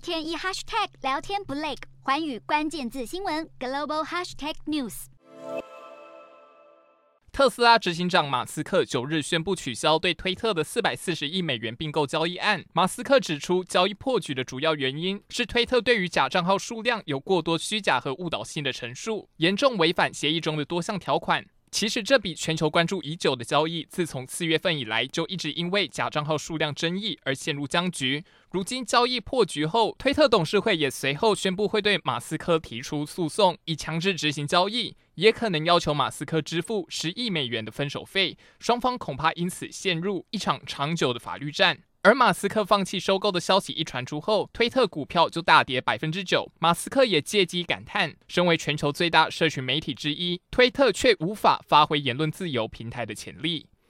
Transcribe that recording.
天一 hashtag 聊天不累，寰宇关键字新闻 global hashtag news。 特斯拉执行长马斯克9日宣布取消对推特的440亿美元并购交易案。马斯克指出，交易破局的主要原因是推特对于假账号数量有过多虚假和误导性的陈述，严重违反协议中的多项条款。其实这笔全球关注已久的交易，自从4月份以来就一直因为假账号数量争议而陷入僵局。如今交易破局后，推特董事会也随后宣布会对马斯克提出诉讼，以强制执行交易，也可能要求马斯克支付10亿美元的分手费。双方恐怕因此陷入一场长久的法律战。而马斯克放弃收购的消息一传出后，推特股票就大跌9%。马斯克也借机感叹，身为全球最大社群媒体之一，推特却无法发挥言论自由平台的潜力。